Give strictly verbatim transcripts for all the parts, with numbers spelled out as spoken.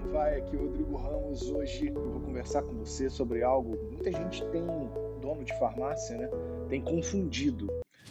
vai? Aqui é o Rodrigo Ramos. Hoje eu vou conversar com você sobre algo que muita gente tem, dono de farmácia, né? Tem confundido.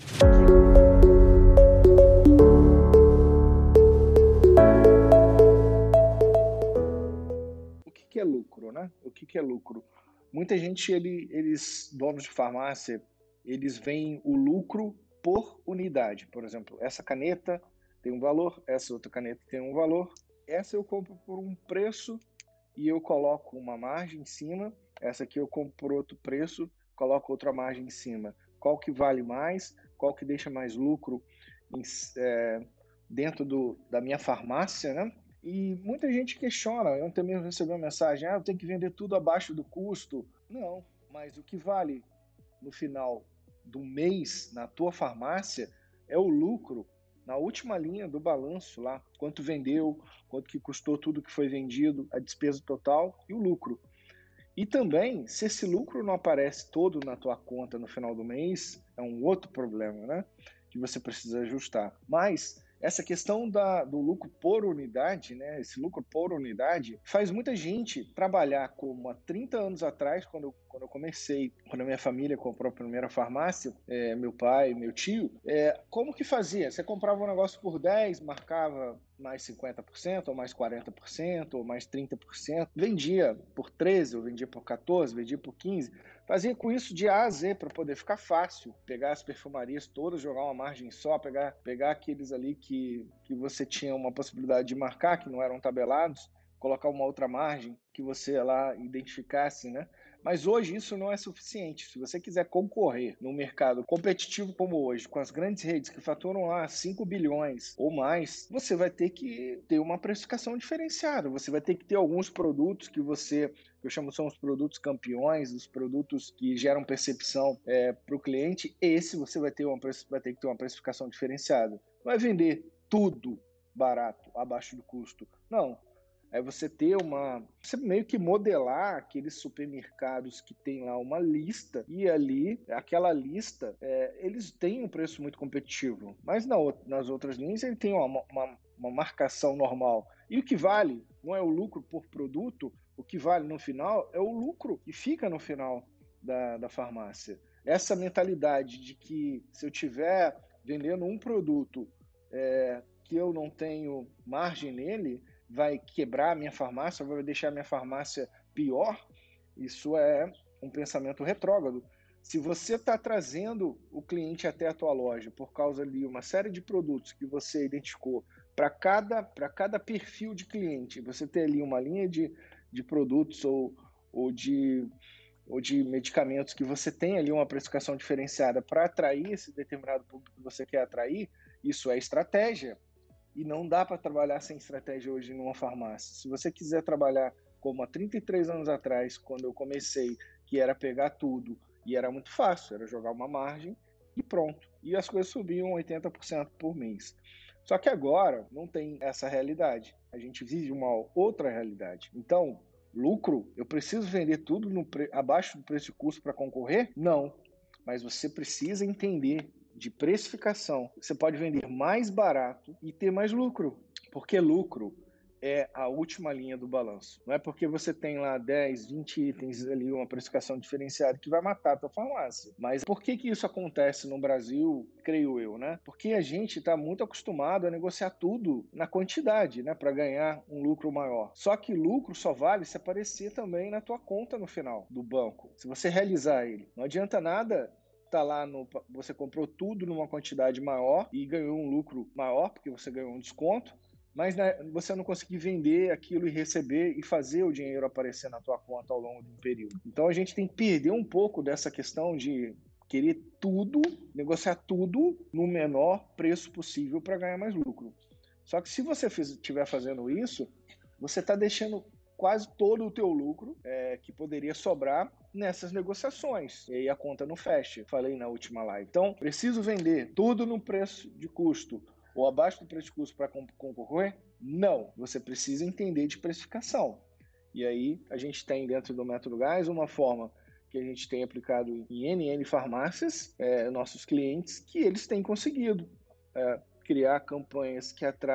O que que é lucro, né? O que que é lucro? Muita gente, ele, eles, donos de farmácia, eles veem o lucro por unidade. Por exemplo, essa caneta tem um valor, essa outra caneta tem um valor, essa eu compro por um preço e eu coloco uma margem em cima, essa aqui eu compro por outro preço, coloco outra margem em cima. Qual que vale mais? Qual que deixa mais lucro em, é, dentro do, da minha farmácia, né? E muita gente questiona, eu também recebi uma mensagem, ah, eu tenho que vender tudo abaixo do custo. Não, mas o que vale no final do mês na tua farmácia é o lucro na última linha do balanço lá, quanto vendeu, quanto que custou tudo que foi vendido, a despesa total e o lucro. E também, se esse lucro não aparece todo na tua conta no final do mês, é um outro problema, né? Que você precisa ajustar. Mas essa questão da, do lucro por unidade, né? Esse lucro por unidade, faz muita gente trabalhar como há trinta anos atrás, quando eu, quando eu comecei, quando a minha família comprou a primeira farmácia, é, meu pai, meu tio, é, como que fazia? Você comprava um negócio por dez, marcava mais cinquenta por cento, ou mais quarenta por cento, ou mais trinta por cento, vendia por treze, ou vendia por quatorze, vendia por quinze, fazia com isso de A a Z para poder ficar fácil, pegar as perfumarias todas, jogar uma margem só, pegar, pegar aqueles ali que, que você tinha uma possibilidade de marcar, que não eram tabelados, colocar uma outra margem que você lá identificasse, né? Mas hoje isso não é suficiente. Se você quiser concorrer num mercado competitivo como hoje, com as grandes redes que faturam lá cinco bilhões ou mais, você vai ter que ter uma precificação diferenciada. Você vai ter que ter alguns produtos que você, que eu chamo são os produtos campeões, os produtos que geram percepção é, para o cliente. Esse você vai ter, uma, vai ter que ter uma precificação diferenciada. Não vai vender tudo barato, abaixo do custo. Não. É você ter uma... Você meio que modelar aqueles supermercados que tem lá uma lista e ali, aquela lista, é, eles têm um preço muito competitivo. Mas na, nas outras linhas ele tem uma, uma, uma marcação normal. E o que vale não é o lucro por produto, o que vale no final é o lucro que fica no final da, da farmácia. Essa mentalidade de que se eu tiver vendendo um produto é, que eu não tenho margem nele, vai quebrar a minha farmácia, vai deixar a minha farmácia pior, isso é um pensamento retrógrado. Se você está trazendo o cliente até a tua loja por causa de uma série de produtos que você identificou para cada, para cada perfil de cliente, você ter ali uma linha de, de produtos ou, ou, de, ou de medicamentos que você tem ali uma precificação diferenciada para atrair esse determinado público que você quer atrair, isso é estratégia. E não dá para trabalhar sem estratégia hoje numa farmácia. Se você quiser trabalhar como há trinta e três anos atrás, quando eu comecei, que era pegar tudo, e era muito fácil, era jogar uma margem e pronto. E as coisas subiam oitenta por cento por mês. Só que agora não tem essa realidade. A gente vive uma outra realidade. Então, lucro, eu preciso vender tudo no pre... abaixo do preço de custo para concorrer? Não. Mas você precisa entender de precificação. Você pode vender mais barato e ter mais lucro, porque lucro é a última linha do balanço. Não é porque você tem lá dez, vinte itens ali, uma precificação diferenciada que vai matar a tua farmácia. Mas por que que isso acontece no Brasil, creio eu, né? Porque a gente está muito acostumado a negociar tudo na quantidade, né? Para ganhar um lucro maior. Só que lucro só vale se aparecer também na tua conta no final do banco. Se você realizar ele. Não adianta nada tá lá no, você comprou tudo numa quantidade maior e ganhou um lucro maior porque você ganhou um desconto, mas né, você não conseguir vender aquilo e receber e fazer o dinheiro aparecer na tua conta ao longo de um período. Então a gente tem que perder um pouco dessa questão de querer tudo, negociar tudo no menor preço possível para ganhar mais lucro. Só que se você estiver fazendo isso, você está deixando quase todo o teu lucro é, que poderia sobrar nessas negociações. E aí a conta não fecha. Falei na última live. Então, preciso vender tudo no preço de custo ou abaixo do preço de custo para concorrer? Não. Você precisa entender de precificação. E aí a gente tem dentro do Método Gás uma forma que a gente tem aplicado em N N farmácias, é, nossos clientes, que eles têm conseguido é, criar campanhas que atraem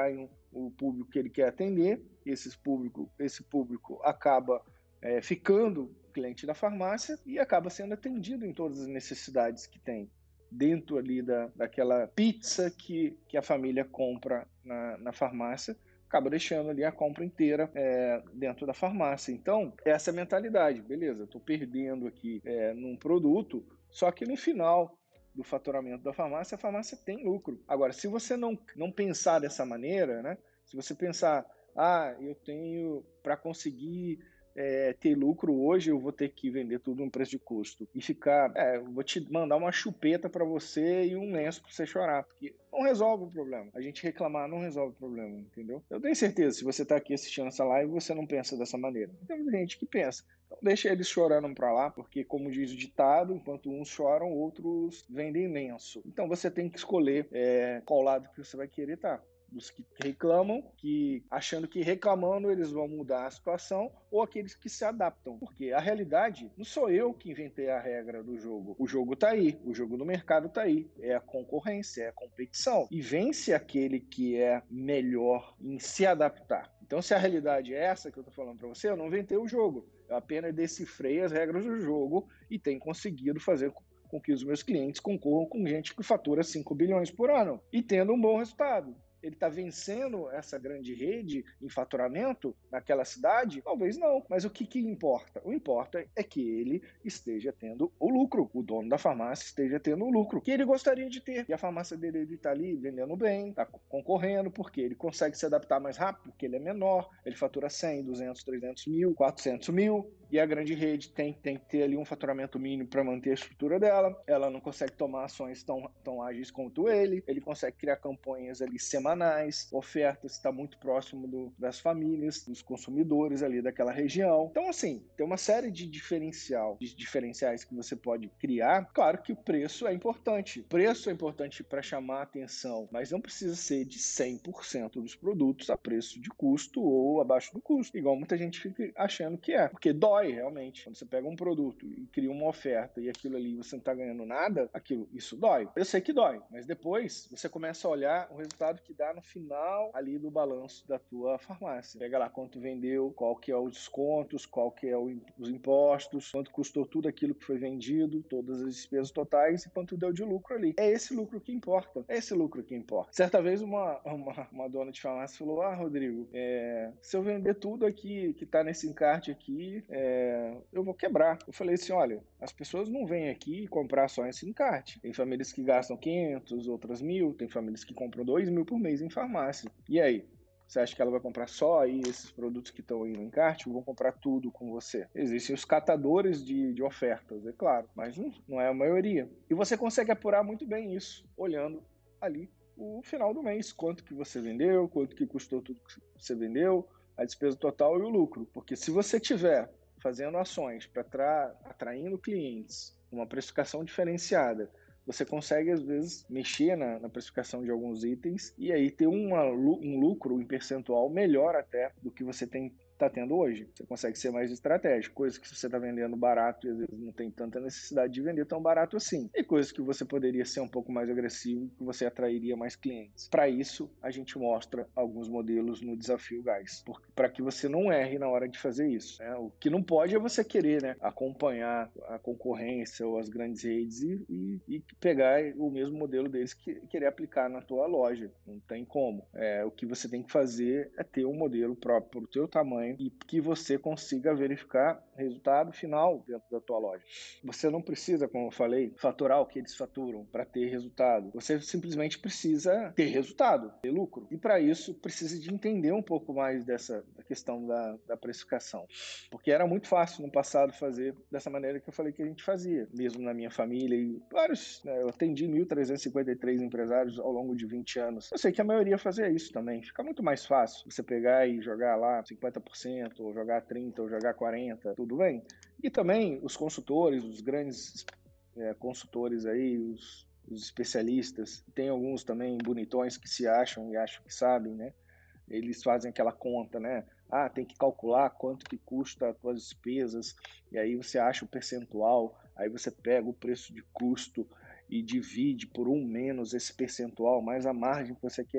o público que ele quer atender, esses público, esse público acaba é, ficando cliente da farmácia e acaba sendo atendido em todas as necessidades que tem dentro ali da, daquela pizza que, que a família compra na, na farmácia, acaba deixando ali a compra inteira é, dentro da farmácia. Então, essa é a mentalidade, beleza, estou perdendo aqui é, num produto, só que no final do faturamento da farmácia, a farmácia tem lucro. Agora, se você não, não pensar dessa maneira, né, se você pensar, ah, eu tenho, para conseguir É, ter lucro hoje, eu vou ter que vender tudo no preço de custo e ficar, é, eu vou te mandar uma chupeta para você e um lenço para você chorar, porque não resolve o problema. A gente reclamar não resolve o problema, entendeu? Eu tenho certeza, se você está aqui assistindo essa live, você não pensa dessa maneira. Tem muita gente que pensa. Então deixa eles chorando para lá, porque como diz o ditado, enquanto uns choram, outros vendem lenço. Então você tem que escolher é, qual lado que você vai querer estar. Dos que reclamam, que achando que reclamando eles vão mudar a situação, ou aqueles que se adaptam. Porque a realidade, não sou eu que inventei a regra do jogo. O jogo tá aí, o jogo do mercado tá aí. É a concorrência, é a competição. E vence aquele que é melhor em se adaptar. Então, se a realidade é essa que eu tô falando para você, eu não inventei o jogo. Eu apenas decifrei as regras do jogo e tenho conseguido fazer com que os meus clientes concorram com gente que fatura cinco bilhões por ano e tendo um bom resultado. Ele está vencendo essa grande rede em faturamento naquela cidade? Talvez não, mas o que, que importa? O importa é que ele esteja tendo o lucro, o dono da farmácia esteja tendo o lucro que ele gostaria de ter. E a farmácia dele está ali vendendo bem, está concorrendo, porque ele consegue se adaptar mais rápido, porque ele é menor, ele fatura cem, duzentos, trezentos mil, quatrocentos mil, e a grande rede tem, tem que ter ali um faturamento mínimo para manter a estrutura dela, ela não consegue tomar ações tão, tão ágeis quanto ele, ele consegue criar campanhas ali semanais, ofertas, está muito próximo do, das famílias, dos consumidores ali daquela região. Então, assim, tem uma série de diferencial, de diferenciais que você pode criar. Claro que o preço é importante. O preço é importante para chamar a atenção, mas não precisa ser de cem por cento dos produtos a preço de custo ou abaixo do custo, igual muita gente fica achando que é, porque dói realmente. Quando você pega um produto e cria uma oferta e aquilo ali você não está ganhando nada, aquilo, isso dói. Eu sei que dói, mas depois você começa a olhar o resultado que dá no final ali do balanço da tua farmácia. Pega lá quanto vendeu, qual que é os descontos, qual que é o, os impostos, quanto custou tudo aquilo que foi vendido, todas as despesas totais e quanto deu de lucro ali. É esse lucro que importa. É esse lucro que importa. Certa vez uma, uma, uma dona de farmácia falou, ah, Rodrigo, é, se eu vender tudo aqui que tá nesse encarte aqui, é, eu vou quebrar. Eu falei assim, olha, as pessoas não vêm aqui comprar só esse encarte. Tem famílias que gastam quinhentos, outras mil, tem famílias que compram dois mil por mês em farmácia. E aí? Você acha que ela vai comprar só aí esses produtos que estão aí no encarte ou vão comprar tudo com você? Existem os catadores de, de ofertas, é claro, mas não, não é a maioria. E você consegue apurar muito bem isso, olhando ali o final do mês, quanto que você vendeu, quanto que custou tudo que você vendeu, a despesa total e o lucro. Porque se você tiver fazendo ações para atra atraindo clientes, uma precificação diferenciada, você consegue, às vezes, mexer na, na precificação de alguns itens e aí ter uma, um lucro em percentual melhor até do que você tem está tendo hoje. Você consegue ser mais estratégico, coisas que você está vendendo barato e às vezes não tem tanta necessidade de vender tão barato assim. E coisas que você poderia ser um pouco mais agressivo, que você atrairia mais clientes. Para isso, a gente mostra alguns modelos no Desafio Gás, para que você não erre na hora de fazer isso. Né? O que não pode é você querer, né, acompanhar a concorrência ou as grandes redes e, e, e pegar o mesmo modelo deles que querer aplicar na tua loja. Não tem como. É, o que você tem que fazer é ter um modelo próprio para o teu tamanho e que você consiga verificar resultado final dentro da tua loja. Você não precisa, como eu falei, faturar o que eles faturam para ter resultado. Você simplesmente precisa ter resultado, ter lucro. E para isso, precisa de entender um pouco mais dessa da questão da, da precificação. Porque era muito fácil no passado fazer dessa maneira que eu falei que a gente fazia. Mesmo na minha família e vários, né, eu atendi mil trezentos e cinquenta e três empresários ao longo de vinte anos. Eu sei que a maioria fazia isso também. Fica muito mais fácil você pegar e jogar lá cinquenta por cento, ou jogar trinta por cento, ou jogar quarenta por cento, tudo bem? E também os consultores, os grandes é, consultores aí, os, os especialistas, tem alguns também bonitões que se acham e acham que sabem, né? Eles fazem aquela conta, né? Ah, tem que calcular quanto que custa as tuas despesas, e aí você acha o percentual, aí você pega o preço de custo e divide por um menos esse percentual, mais a margem que você quer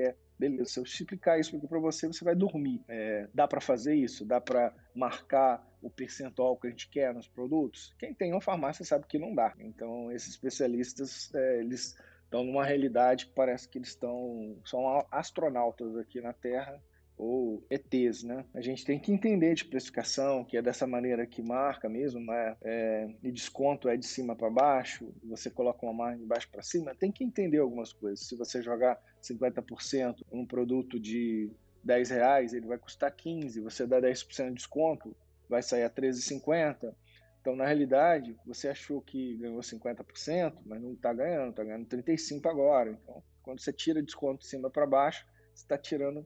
beleza, se eu explicar isso aqui para você, você vai dormir. É, dá para fazer isso? Dá para marcar o percentual que a gente quer nos produtos? Quem tem uma farmácia sabe que não dá. Então, esses especialistas, é, eles estão numa realidade que parece que eles estão, são astronautas aqui na Terra, ou E Tês, né? A gente tem que entender de precificação, que é dessa maneira que marca mesmo, né? É, e desconto é de cima para baixo, você coloca uma margem de baixo para cima, tem que entender algumas coisas. Se você jogar cinquenta por cento em um produto de dez reais, ele vai custar quinze, você dá dez por cento de desconto, vai sair a treze e cinquenta. Então, na realidade, você achou que ganhou cinquenta por cento, mas não está ganhando, está ganhando trinta e cinco por cento agora. Então, quando você tira desconto de cima para baixo, você está tirando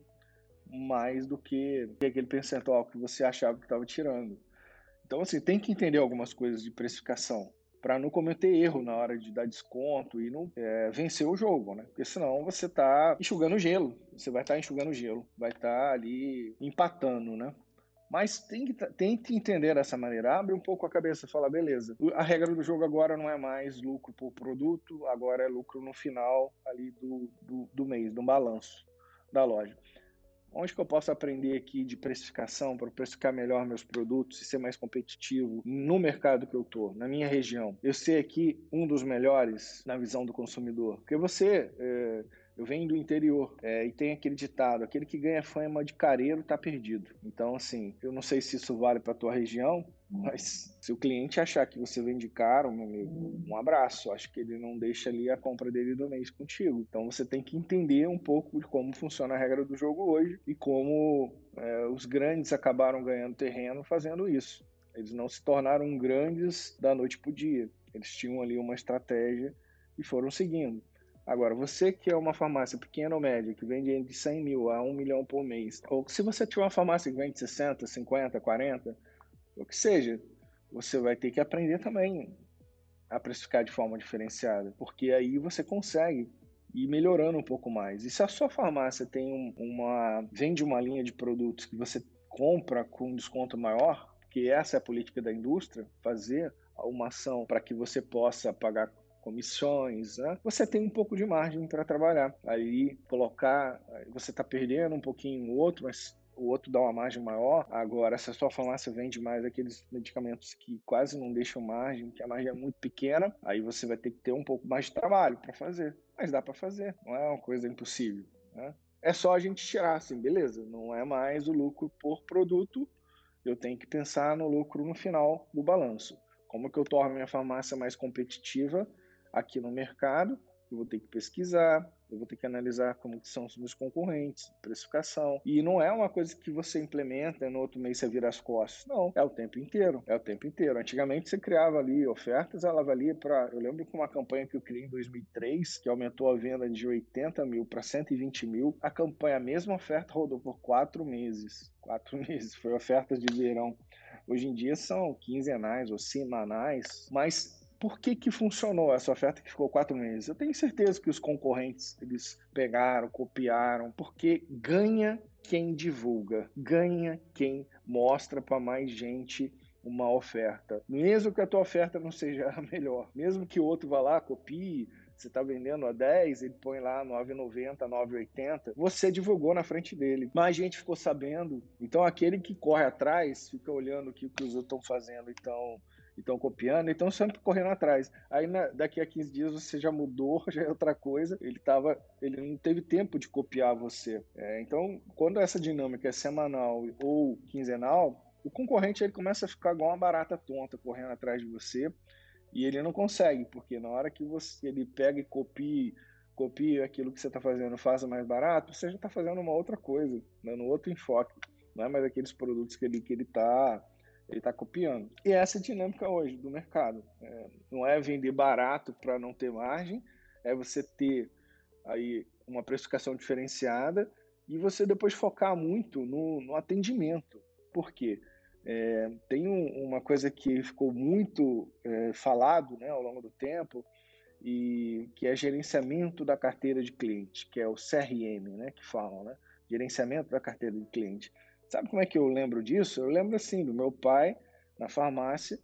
mais do que aquele percentual que você achava que estava tirando. Então, assim, tem que entender algumas coisas de precificação para não cometer erro na hora de dar desconto e não é, vencer o jogo, né? Porque senão você está enxugando gelo, você vai estar tá enxugando gelo, vai estar tá ali empatando, né? Mas tem que, tem que entender dessa maneira, abre um pouco a cabeça e fala, beleza, a regra do jogo agora não é mais lucro por produto, agora é lucro no final ali do, do, do mês, do balanço da loja. Onde que eu posso aprender aqui de precificação para precificar melhor meus produtos e ser mais competitivo no mercado que eu estou, na minha região? Eu ser aqui um dos melhores na visão do consumidor. Porque você, é, eu venho do interior é, e tem aquele ditado, aquele que ganha fama de careiro está perdido. Então, assim, eu não sei se isso vale para a tua região, mas se o cliente achar que você vende caro, meu amigo, um abraço. Acho que ele não deixa ali a compra dele do mês contigo. Então você tem que entender um pouco de como funciona a regra do jogo hoje e como é, os grandes acabaram ganhando terreno fazendo isso. Eles não se tornaram grandes da noite para o dia. Eles tinham ali uma estratégia e foram seguindo. Agora, você que é uma farmácia pequena ou média, que vende de cem mil a um milhão por mês, ou se você tiver uma farmácia que vende sessenta, cinquenta, quarenta, o que seja, você vai ter que aprender também a precificar de forma diferenciada, porque aí você consegue ir melhorando um pouco mais. E se a sua farmácia tem um, uma vende uma linha de produtos que você compra com um desconto maior, que essa é a política da indústria, fazer uma ação para que você possa pagar comissões, né? Você tem um pouco de margem para trabalhar. Aí colocar, você está perdendo um pouquinho no outro, mas o outro dá uma margem maior. Agora, se a sua farmácia vende mais aqueles medicamentos que quase não deixam margem, que a margem é muito pequena, aí você vai ter que ter um pouco mais de trabalho para fazer. Mas dá para fazer, não é uma coisa impossível, né? É só a gente tirar assim, beleza, não é mais o lucro por produto, eu tenho que pensar no lucro no final do balanço. Como que eu torno minha farmácia mais competitiva aqui no mercado? Eu vou ter que pesquisar, eu vou ter que analisar como que são os meus concorrentes, precificação. E não é uma coisa que você implementa e no outro mês você vira as costas. Não, é o tempo inteiro, é o tempo inteiro. Antigamente você criava ali ofertas, ela valia para... Eu lembro que uma campanha que eu criei em dois mil e três, que aumentou a venda de oitenta mil para cento e vinte mil, a campanha, a mesma oferta rodou por quatro meses. Quatro meses, foi ofertas de verão. Hoje em dia são quinzenais ou semanais, mas por que que funcionou essa oferta que ficou quatro meses? Eu tenho certeza que os concorrentes, eles pegaram, copiaram, porque ganha quem divulga, ganha quem mostra para mais gente uma oferta. Mesmo que a tua oferta não seja a melhor, mesmo que o outro vá lá, copie, você está vendendo a dez, ele põe lá nove reais e noventa centavos, nove reais e oitenta centavos, você divulgou na frente dele. Mais gente ficou sabendo. Então aquele que corre atrás, fica olhando o que, que os outros estão fazendo, então estão copiando, então sempre correndo atrás. Aí na, daqui a quinze dias você já mudou, já é outra coisa, ele, tava, ele não teve tempo de copiar você. É, então, quando essa dinâmica é semanal ou quinzenal, o concorrente ele começa a ficar igual uma barata tonta correndo atrás de você e ele não consegue, porque na hora que você, ele pega e copia, copia aquilo que você está fazendo, faz mais barato, você já está fazendo uma outra coisa, dando outro enfoque. Não é mais aqueles produtos que ele que ele está ele está copiando. E essa é a dinâmica hoje do mercado. É, não é vender barato para não ter margem, é você ter aí uma precificação diferenciada e você depois focar muito no, no atendimento. Por quê? É, tem um, uma coisa que ficou muito é, falado, né, ao longo do tempo, e que é gerenciamento da carteira de cliente, que é o C R M, né, que falam, né? Gerenciamento da carteira de cliente. Sabe como é que eu lembro disso? Eu lembro assim, do meu pai na farmácia,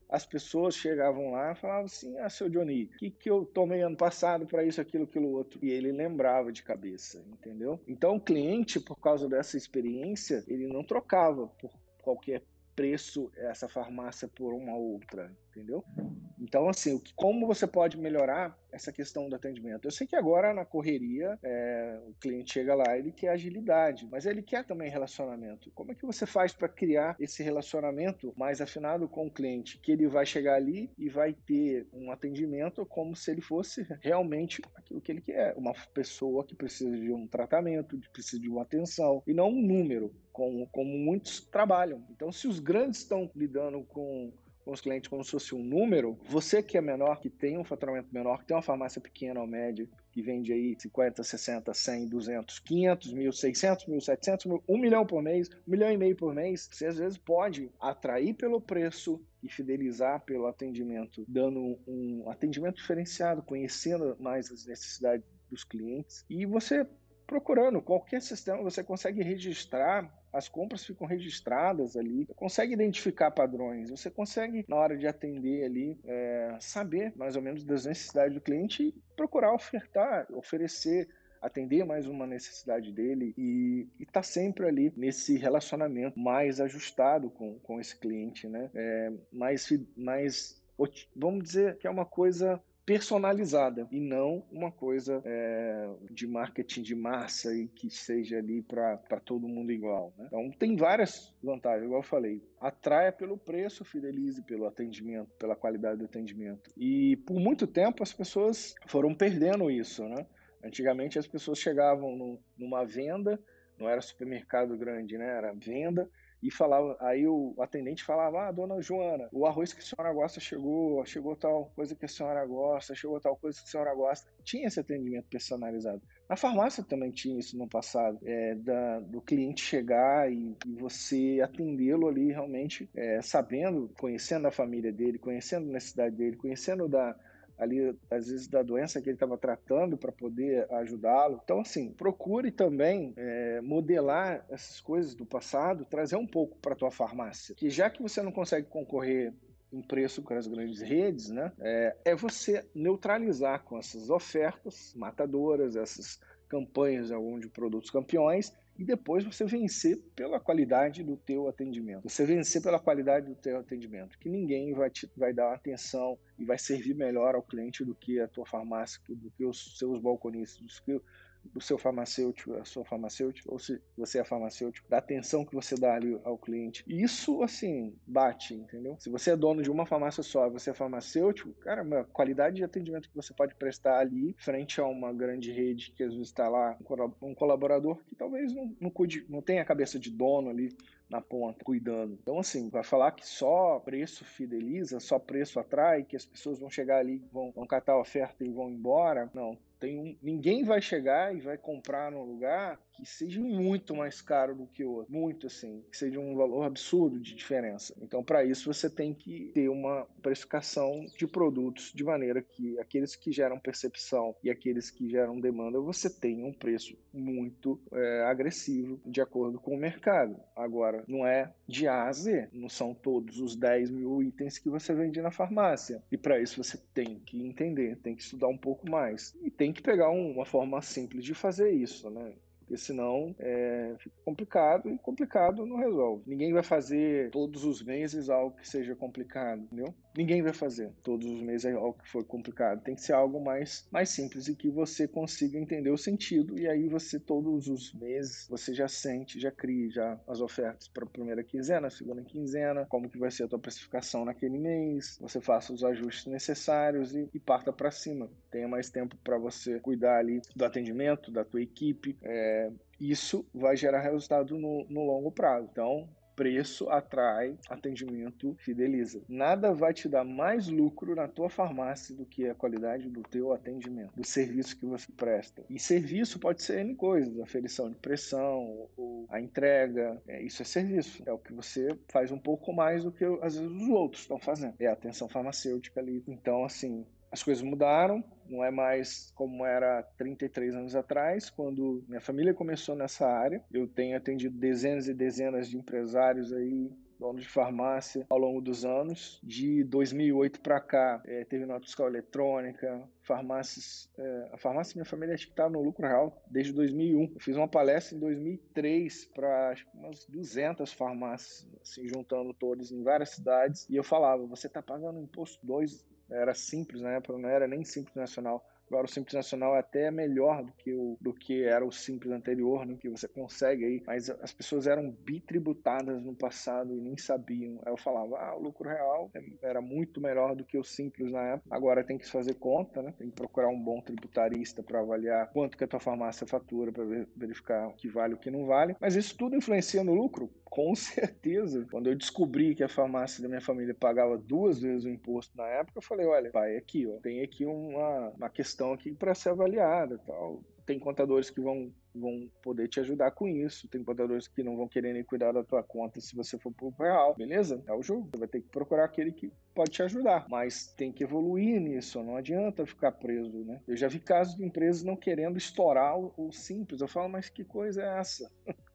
as pessoas chegavam lá e falavam assim: ah, seu Johnny, o que, que eu tomei ano passado para isso, aquilo, aquilo outro? E ele lembrava de cabeça, entendeu? Então o cliente, por causa dessa experiência, ele não trocava por qualquer preço essa farmácia por uma outra, entendeu? Então, assim, o que- como você pode melhorar essa questão do atendimento? Eu sei que agora na correria, é, o cliente chega lá, ele quer agilidade, mas ele quer também relacionamento. Como é que você faz para criar esse relacionamento mais afinado com o cliente? Que ele vai chegar ali e vai ter um atendimento como se ele fosse realmente aquilo que ele quer, uma pessoa que precisa de um tratamento, que precisa de uma atenção, e não um número, como, como muitos trabalham. Então, se os grandes estão lidando com com os clientes como se fosse um número, você que é menor, que tem um faturamento menor, que tem uma farmácia pequena ou média, que vende aí cinquenta, sessenta, cem, duzentos, quinhentos mil, seiscentos mil, setecentos mil, um milhão por mês, um milhão e meio por mês, você às vezes pode atrair pelo preço e fidelizar pelo atendimento, dando um atendimento diferenciado, conhecendo mais as necessidades dos clientes, e você procurando qualquer sistema, você consegue registrar, as compras ficam registradas ali, você consegue identificar padrões, você consegue, na hora de atender ali, é, saber mais ou menos das necessidades do cliente e procurar ofertar, oferecer, atender mais uma necessidade dele e estar tá sempre ali nesse relacionamento mais ajustado com, com esse cliente, né? É, mais, mais, vamos dizer que é uma coisa personalizada e não uma coisa é, de marketing de massa e que seja ali para todo mundo igual, né? Então tem várias vantagens, igual eu falei, atraia pelo preço, fidelize pelo atendimento, pela qualidade do atendimento. E por muito tempo as pessoas foram perdendo isso, né? Antigamente as pessoas chegavam no, numa venda, não era supermercado grande, né? Era venda, e falava, aí o atendente falava: ah, dona Joana, o arroz que a senhora gosta chegou, chegou tal coisa que a senhora gosta, chegou tal coisa que a senhora gosta. Tinha esse atendimento personalizado. Na farmácia também tinha isso no passado, é, da, do cliente chegar e, e você atendê-lo ali realmente, é, sabendo, conhecendo a família dele, conhecendo a necessidade dele, conhecendo da ali, às vezes, da doença que ele estava tratando para poder ajudá-lo. Então, assim, procure também é, modelar essas coisas do passado, trazer um pouco para a tua farmácia. Que já que você não consegue concorrer em preço com as grandes redes, né, é, é você neutralizar com essas ofertas matadoras, essas campanhas de produtos campeões, e depois você vencer pela qualidade do teu atendimento. Você vencer pela qualidade do teu atendimento, que ninguém vai, te, vai dar atenção e vai servir melhor ao cliente do que a tua farmácia, do que os seus balconistas, do que do seu farmacêutico, a sua farmacêutica, ou se você é farmacêutico, da atenção que você dá ali ao cliente. E isso, assim, bate, entendeu? Se você é dono de uma farmácia só, você é farmacêutico, cara, a qualidade de atendimento que você pode prestar ali, frente a uma grande rede que às vezes está lá, um colaborador que talvez não, não cuide, não tenha a cabeça de dono ali na ponta, cuidando. Então, assim, vai falar que só preço fideliza, só preço atrai, que as pessoas vão chegar ali, vão, vão catar a oferta e vão embora. Não. Tem um, ninguém vai chegar e vai comprar num lugar que seja muito mais caro do que o outro. Muito assim, que seja um valor absurdo de diferença. Então, para isso, você tem que ter uma precificação de produtos de maneira que aqueles que geram percepção e aqueles que geram demanda, você tenha um preço muito é, agressivo de acordo com o mercado. Agora, não é de A a Z, não são todos os dez mil itens que você vende na farmácia. E para isso você tem que entender, tem que estudar um pouco mais. E tem que pegar uma forma simples de fazer isso, né? Porque senão é, fica complicado e complicado não resolve. Ninguém vai fazer todos os meses algo que seja complicado, entendeu? Ninguém vai fazer todos os meses algo que for complicado. Tem que ser algo mais, mais simples e que você consiga entender o sentido. E aí você, todos os meses, você já sente, já cria já as ofertas para a primeira quinzena, segunda quinzena, como que vai ser a tua precificação naquele mês. Você faça os ajustes necessários e, e parta para cima. Tenha mais tempo para você cuidar ali do atendimento, da tua equipe. É, isso vai gerar resultado no, no longo prazo. Então, preço atrai, atendimento fideliza. Nada vai te dar mais lucro na tua farmácia do que a qualidade do teu atendimento, do serviço que você presta. E serviço pode ser N coisas, aferição de pressão, ou a entrega, é, isso é serviço. É o que você faz um pouco mais do que às vezes os outros estão fazendo. É a atenção farmacêutica ali. Então, assim, as coisas mudaram, não é mais como era trinta e três anos atrás, quando minha família começou nessa área. Eu tenho atendido dezenas e dezenas de empresários aí, donos de farmácia, ao longo dos anos. De dois mil e oito para cá, é, teve nota fiscal eletrônica, farmácias... É, a farmácia da minha família acho que está no lucro real desde dois mil e um. Eu fiz uma palestra em dois mil e três para umas duzentas farmácias, assim, juntando todas em várias cidades, e eu falava, você está pagando imposto dois. Era simples na época, não era nem Simples Nacional. Agora o Simples Nacional é até melhor do que, o, do que era o Simples anterior, né, que você consegue aí, mas as pessoas eram bitributadas no passado e nem sabiam. Aí eu falava, ah, o lucro real era muito melhor do que o Simples na época. Agora tem que fazer conta, né? Tem que procurar um bom tributarista para avaliar quanto que a tua farmácia fatura, para verificar o que vale e o que não vale. Mas isso tudo influencia no lucro? Com certeza. Quando eu descobri que a farmácia da minha família pagava duas vezes o imposto na época, eu falei, olha, pai, aqui, ó, tem aqui uma, uma questão aqui para ser avaliada, tal. Tem contadores que vão, vão poder te ajudar com isso, tem contadores que não vão querer nem cuidar da tua conta se você for pro real, beleza? É o jogo. Você vai ter que procurar aquele que pode te ajudar, mas tem que evoluir nisso, não adianta ficar preso, né? Eu já vi casos de empresas não querendo estourar o, o simples. Eu falo, mas que coisa é essa?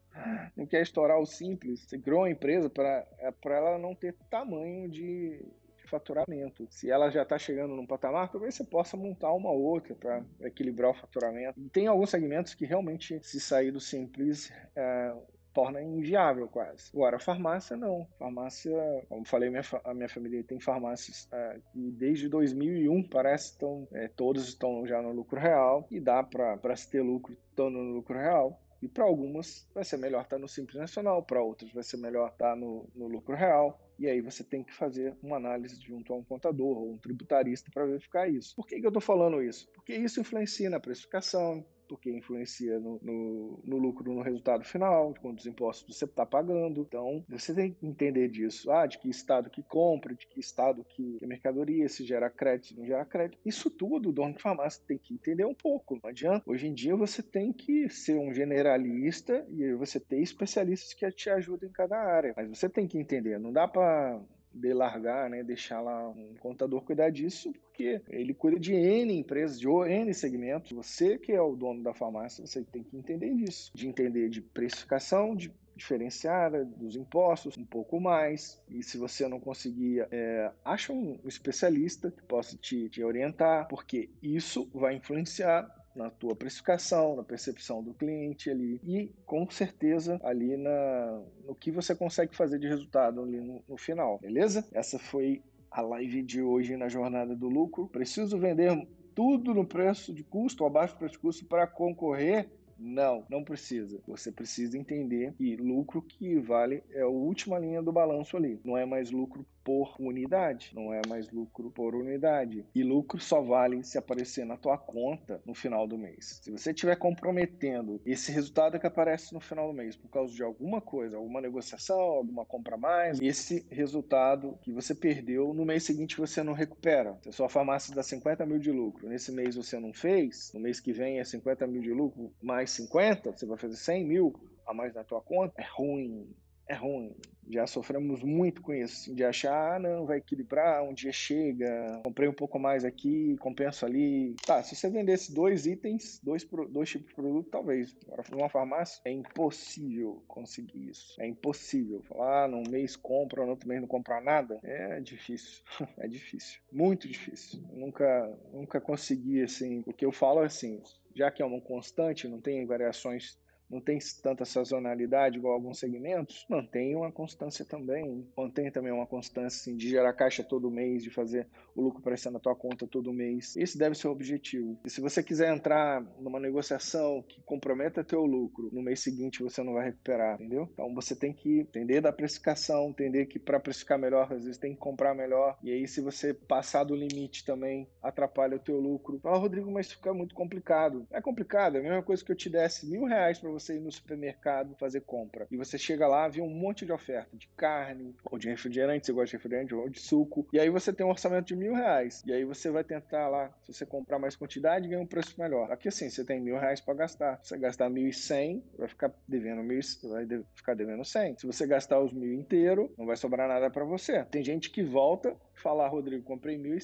Não quer estourar o simples. Você criou uma empresa para ela não ter tamanho de, de faturamento. Se ela já está chegando num patamar, talvez você possa montar uma outra para equilibrar o faturamento. E tem alguns segmentos que realmente, se sair do simples, é, torna inviável quase. Agora, farmácia não. Farmácia, como falei, minha, a minha família tem farmácias é, que desde dois mil e um parece que estão, é, todos estão já no lucro real e dá para se ter lucro estando no lucro real. E para algumas vai ser melhor estar no Simples Nacional, para outras vai ser melhor estar no, no lucro real. E aí você tem que fazer uma análise junto a um contador ou um tributarista para verificar isso. Por que, que eu estou falando isso? Porque isso influencia na precificação, porque influencia no, no, no lucro, no resultado final, de quantos impostos você está pagando. Então, você tem que entender disso. Ah, de que estado que compra, de que estado que, que a mercadoria, se gera crédito, se não gera crédito. Isso tudo o dono de farmácia tem que entender um pouco. Não adianta. Hoje em dia você tem que ser um generalista e aí você tem especialistas que te ajudam em cada área. Mas você tem que entender. Não dá para de largar, né, deixar lá um contador cuidar disso, porque ele cuida de N empresas, de N segmentos. Você que é o dono da farmácia, você tem que entender disso, de entender de precificação, de diferenciada dos impostos, um pouco mais. E se você não conseguir, é, acha um especialista que possa te, te orientar, porque isso vai influenciar na tua precificação, na percepção do cliente ali e com certeza ali na, no que você consegue fazer de resultado ali no, no final, beleza? Essa foi a live de hoje na Jornada do Lucro. Preciso vender tudo no preço de custo, abaixo do preço de custo para concorrer? Não, não precisa. Você precisa entender que lucro que vale é a última linha do balanço ali. Não é mais lucro por unidade, não é mais lucro por unidade. E lucro só vale se aparecer na tua conta no final do mês. Se você estiver comprometendo esse resultado que aparece no final do mês por causa de alguma coisa, alguma negociação, alguma compra a mais, esse resultado que você perdeu, no mês seguinte você não recupera. Se a sua farmácia dá cinquenta mil de lucro, nesse mês você não fez, no mês que vem é cinquenta mil de lucro, mais cinquenta, você vai fazer cem mil a mais na tua conta, é ruim. É ruim. Já sofremos muito com isso, assim, de achar, ah, não, vai equilibrar, um dia chega, comprei um pouco mais aqui, compenso ali. Tá, se você vendesse dois itens, dois, dois tipos de produto, talvez. Agora, numa farmácia, é impossível conseguir isso. É impossível. Falar, ah, num mês compra, no outro mês não compra nada. É difícil. É difícil. Muito difícil. Eu nunca, nunca consegui, assim. O que eu falo é assim, já que é uma constante, não tem variações, não tem tanta sazonalidade igual alguns segmentos, mantém uma constância também. Mantém também uma constância assim, de gerar caixa todo mês, de fazer o lucro aparecer na tua conta todo mês. Esse deve ser o objetivo. E se você quiser entrar numa negociação que comprometa teu lucro, no mês seguinte você não vai recuperar, entendeu? Então você tem que entender da precificação, entender que para precificar melhor, às vezes tem que comprar melhor. E aí se você passar do limite também, atrapalha o teu lucro. Ah, Rodrigo, mas fica muito complicado. É complicado, é a mesma coisa que eu te desse mil reais para você ir no supermercado fazer compra. E você chega lá, vê um monte de oferta de carne, ou de refrigerante, você gosta de refrigerante, ou de suco. E aí você tem um orçamento de mil reais. E aí você vai tentar lá, se você comprar mais quantidade, ganha um preço melhor. Aqui assim, você tem mil reais para gastar. Se você gastar mil e cem, vai ficar devendo mil, vai ficar devendo cem. Se você gastar os mil inteiro, não vai sobrar nada para você. Tem gente que volta, fala, Rodrigo, comprei mil e cem.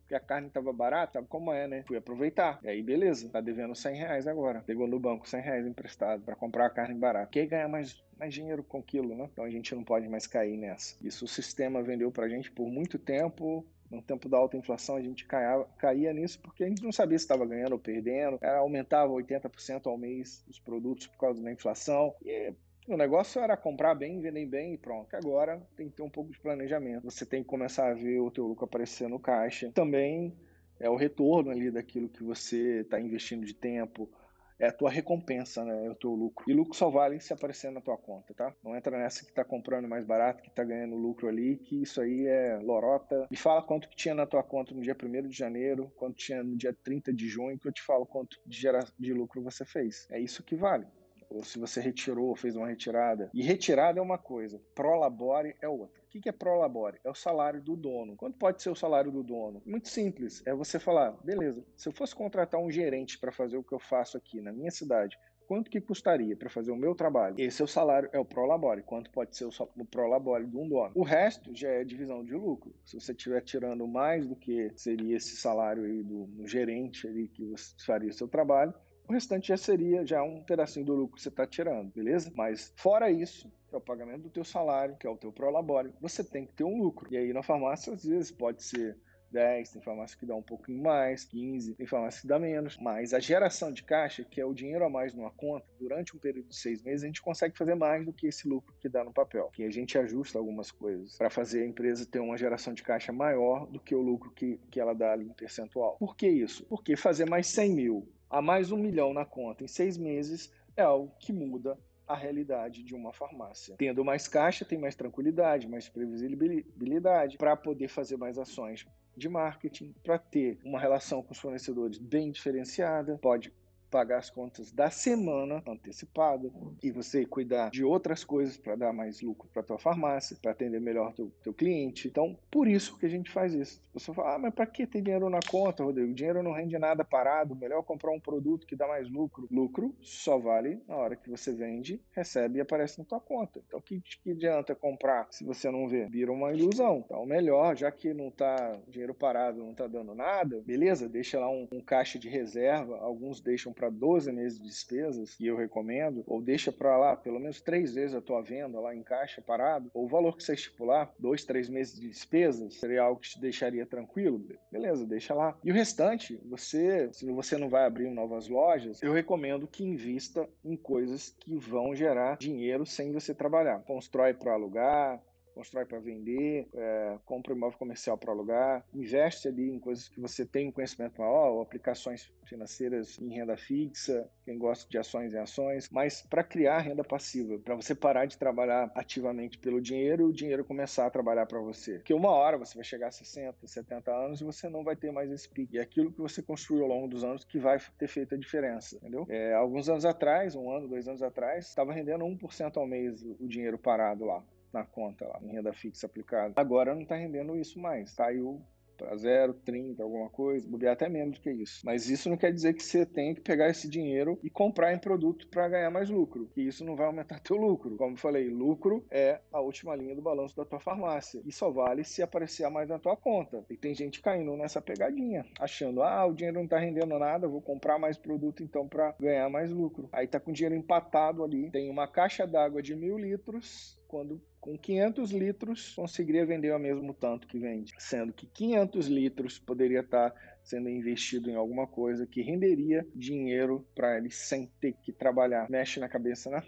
porque a carne estava barata, sabe como é, né? Fui aproveitar. E aí, beleza, tá devendo cem reais agora. Pegou no banco cem reais emprestado para comprar a carne barata. Quer ganhar mais, mais dinheiro com aquilo, né? Então a gente não pode mais cair nessa. Isso o sistema vendeu pra gente por muito tempo. No tempo da alta inflação, a gente caia, caía nisso porque a gente não sabia se estava ganhando ou perdendo. Era, aumentava oitenta por cento ao mês os produtos por causa da inflação. E o negócio era comprar bem, vender bem e pronto. Agora tem que ter um pouco de planejamento. Você tem que começar a ver o teu lucro aparecer no caixa. Também é o retorno ali daquilo que você está investindo de tempo. É a tua recompensa, né? É o teu lucro. E lucro só vale se aparecer na tua conta, tá? Não entra nessa que tá comprando mais barato, que tá ganhando lucro ali, que isso aí é lorota. Me fala quanto que tinha na tua conta no dia primeiro de janeiro, quanto tinha no dia trinta de junho, que eu te falo quanto de, gera... de lucro você fez. É isso que vale. Ou se você retirou, fez uma retirada. E retirada é uma coisa, prolabore é outra. O que é prolabore? É o salário do dono. Quanto pode ser o salário do dono? Muito simples, é você falar, beleza, se eu fosse contratar um gerente para fazer o que eu faço aqui na minha cidade, quanto que custaria para fazer o meu trabalho? Esse é o salário, é o prolabore. Quanto pode ser o prolabore de um dono? O resto já é divisão de lucro. Se você estiver tirando mais do que seria esse salário aí do, do gerente ali que você faria o seu trabalho, o restante já seria já um pedacinho do lucro que você está tirando, beleza? Mas fora isso, que é o pagamento do teu salário, que é o teu prolabore, você tem que ter um lucro. E aí na farmácia, às vezes, pode ser dez, tem farmácia que dá um pouquinho mais, quinze, tem farmácia que dá menos. Mas a geração de caixa, que é o dinheiro a mais numa conta, durante um período de seis meses, a gente consegue fazer mais do que esse lucro que dá no papel. Que a gente ajusta algumas coisas para fazer a empresa ter uma geração de caixa maior do que o lucro que, que ela dá ali em percentual. Por que isso? Porque fazer mais cem mil a mais um milhão na conta em seis meses é algo que muda a realidade de uma farmácia. Tendo mais caixa, tem mais tranquilidade, mais previsibilidade para poder fazer mais ações de marketing, para ter uma relação com os fornecedores bem diferenciada, pode pagar as contas da semana antecipada e você cuidar de outras coisas para dar mais lucro para tua farmácia, para atender melhor teu, teu cliente. Então, por isso que a gente faz isso. A pessoa fala, ah, mas para que ter dinheiro na conta, Rodrigo? O dinheiro não rende nada parado, melhor comprar um produto que dá mais lucro. Lucro só vale na hora que você vende, recebe e aparece na tua conta. Então, que, que adianta comprar se você não vê? Vira uma ilusão. Então, melhor, já que não tá dinheiro parado, não tá dando nada, beleza, deixa lá um, um caixa de reserva, alguns deixam para doze meses de despesas, que eu recomendo, ou deixa para lá pelo menos três vezes a tua venda lá em caixa parado, ou o valor que você estipular, dois, três meses de despesas, seria algo que te deixaria tranquilo, beleza, deixa lá. E o restante, você, se você não vai abrir novas lojas, eu recomendo que invista em coisas que vão gerar dinheiro sem você trabalhar. Constrói para alugar, constrói para vender, é, compra um imóvel comercial para alugar, investe ali em coisas que você tem um conhecimento maior, aplicações financeiras em renda fixa, quem gosta de ações em ações, mas para criar renda passiva, para você parar de trabalhar ativamente pelo dinheiro e o dinheiro começar a trabalhar para você. Porque uma hora você vai chegar a sessenta, setenta anos e você não vai ter mais esse pique. E é aquilo que você construiu ao longo dos anos que vai ter feito a diferença, entendeu? É, alguns anos atrás, um ano, dois anos atrás, estava rendendo um por cento ao mês o dinheiro parado lá na conta, lá, em renda fixa aplicada. Agora não está rendendo isso mais. Caiu para zero, trinta, alguma coisa, bobear até menos do que isso. Mas isso não quer dizer que você tenha que pegar esse dinheiro e comprar em produto para ganhar mais lucro, que isso não vai aumentar teu lucro. Como eu falei, lucro é a última linha do balanço da tua farmácia e só vale se aparecer mais na tua conta. E tem gente caindo nessa pegadinha, achando, ah, o dinheiro não está rendendo nada, vou comprar mais produto então para ganhar mais lucro. Aí tá com o dinheiro empatado ali, tem uma caixa d'água de mil litros, quando com quinhentos litros conseguiria vender o mesmo tanto que vende, sendo que quinhentos litros poderia estar sendo investido em alguma coisa que renderia dinheiro para ele sem ter que trabalhar. Mexe na cabeça, né?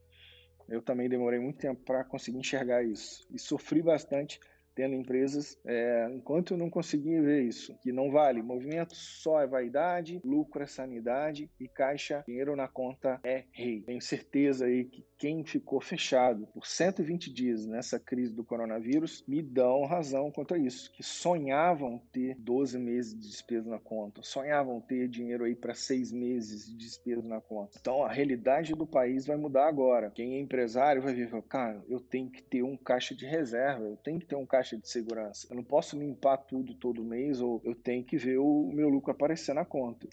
Eu também demorei muito tempo para conseguir enxergar isso e sofri bastante tendo empresas, é, enquanto eu não consegui ver isso, que não vale, movimento só é vaidade, lucro é sanidade e caixa, dinheiro na conta é rei. Tenho certeza aí que quem ficou fechado por cento e vinte dias nessa crise do coronavírus me dão razão quanto a isso, que sonhavam ter doze meses de despesa na conta, sonhavam ter dinheiro aí para seis meses de despesa na conta. Então a realidade do país vai mudar agora. Quem é empresário vai ver, cara, eu tenho que ter um caixa de reserva, eu tenho que ter um caixa de segurança. Eu não posso limpar tudo todo mês ou eu tenho que ver o meu lucro aparecer na conta. Então,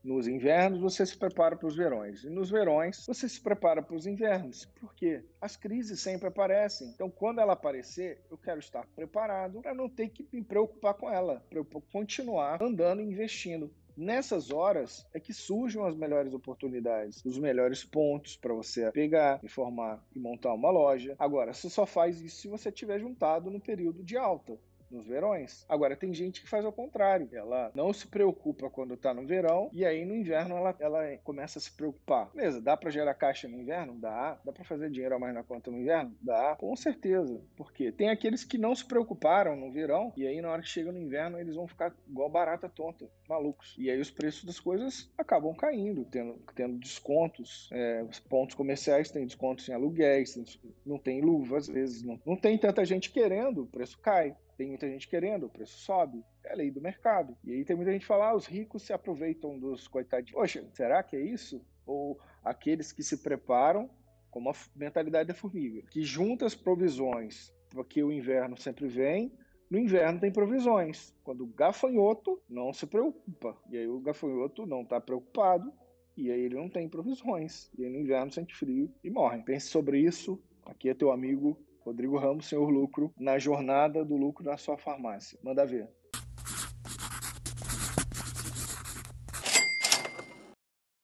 Nos invernos, você se prepara para os verões. E nos verões, você se prepara para os invernos. Por quê? As crises sempre aparecem. Então, quando ela aparecer, eu quero estar preparado para não ter que me preocupar com ela, para eu continuar andando e investindo. Nessas horas é que surgem as melhores oportunidades, os melhores pontos para você pegar, informar e montar uma loja. Agora, você só faz isso se você tiver juntado no período de alta, nos verões. Agora, tem gente que faz ao contrário. Ela não se preocupa quando está no verão e aí no inverno ela, ela começa a se preocupar. Beleza, dá para gerar caixa no inverno? Dá. Dá para fazer dinheiro a mais na conta no inverno? Dá. Com certeza. Porque tem aqueles que não se preocuparam no verão e aí na hora que chega no inverno eles vão ficar igual barata tonta, malucos. E aí os preços das coisas acabam caindo, tendo, tendo descontos. É, os pontos comerciais têm descontos em aluguéis, não tem luva às vezes, não, não tem tanta gente querendo, o preço cai. Tem muita gente querendo, o preço sobe. É a lei do mercado. E aí tem muita gente que fala, ah, os ricos se aproveitam dos coitadinhos. Poxa, será que é isso? Ou aqueles que se preparam com a mentalidade da formiga, que junta as provisões, porque o inverno sempre vem, no inverno tem provisões. Quando o gafanhoto não se preocupa. E aí o gafanhoto não está preocupado, e aí ele não tem provisões. E aí no inverno sente frio e morre. Pense sobre isso. Aqui é teu amigo Rodrigo Ramos, Senhor Lucro, na jornada do lucro na sua farmácia. Manda ver.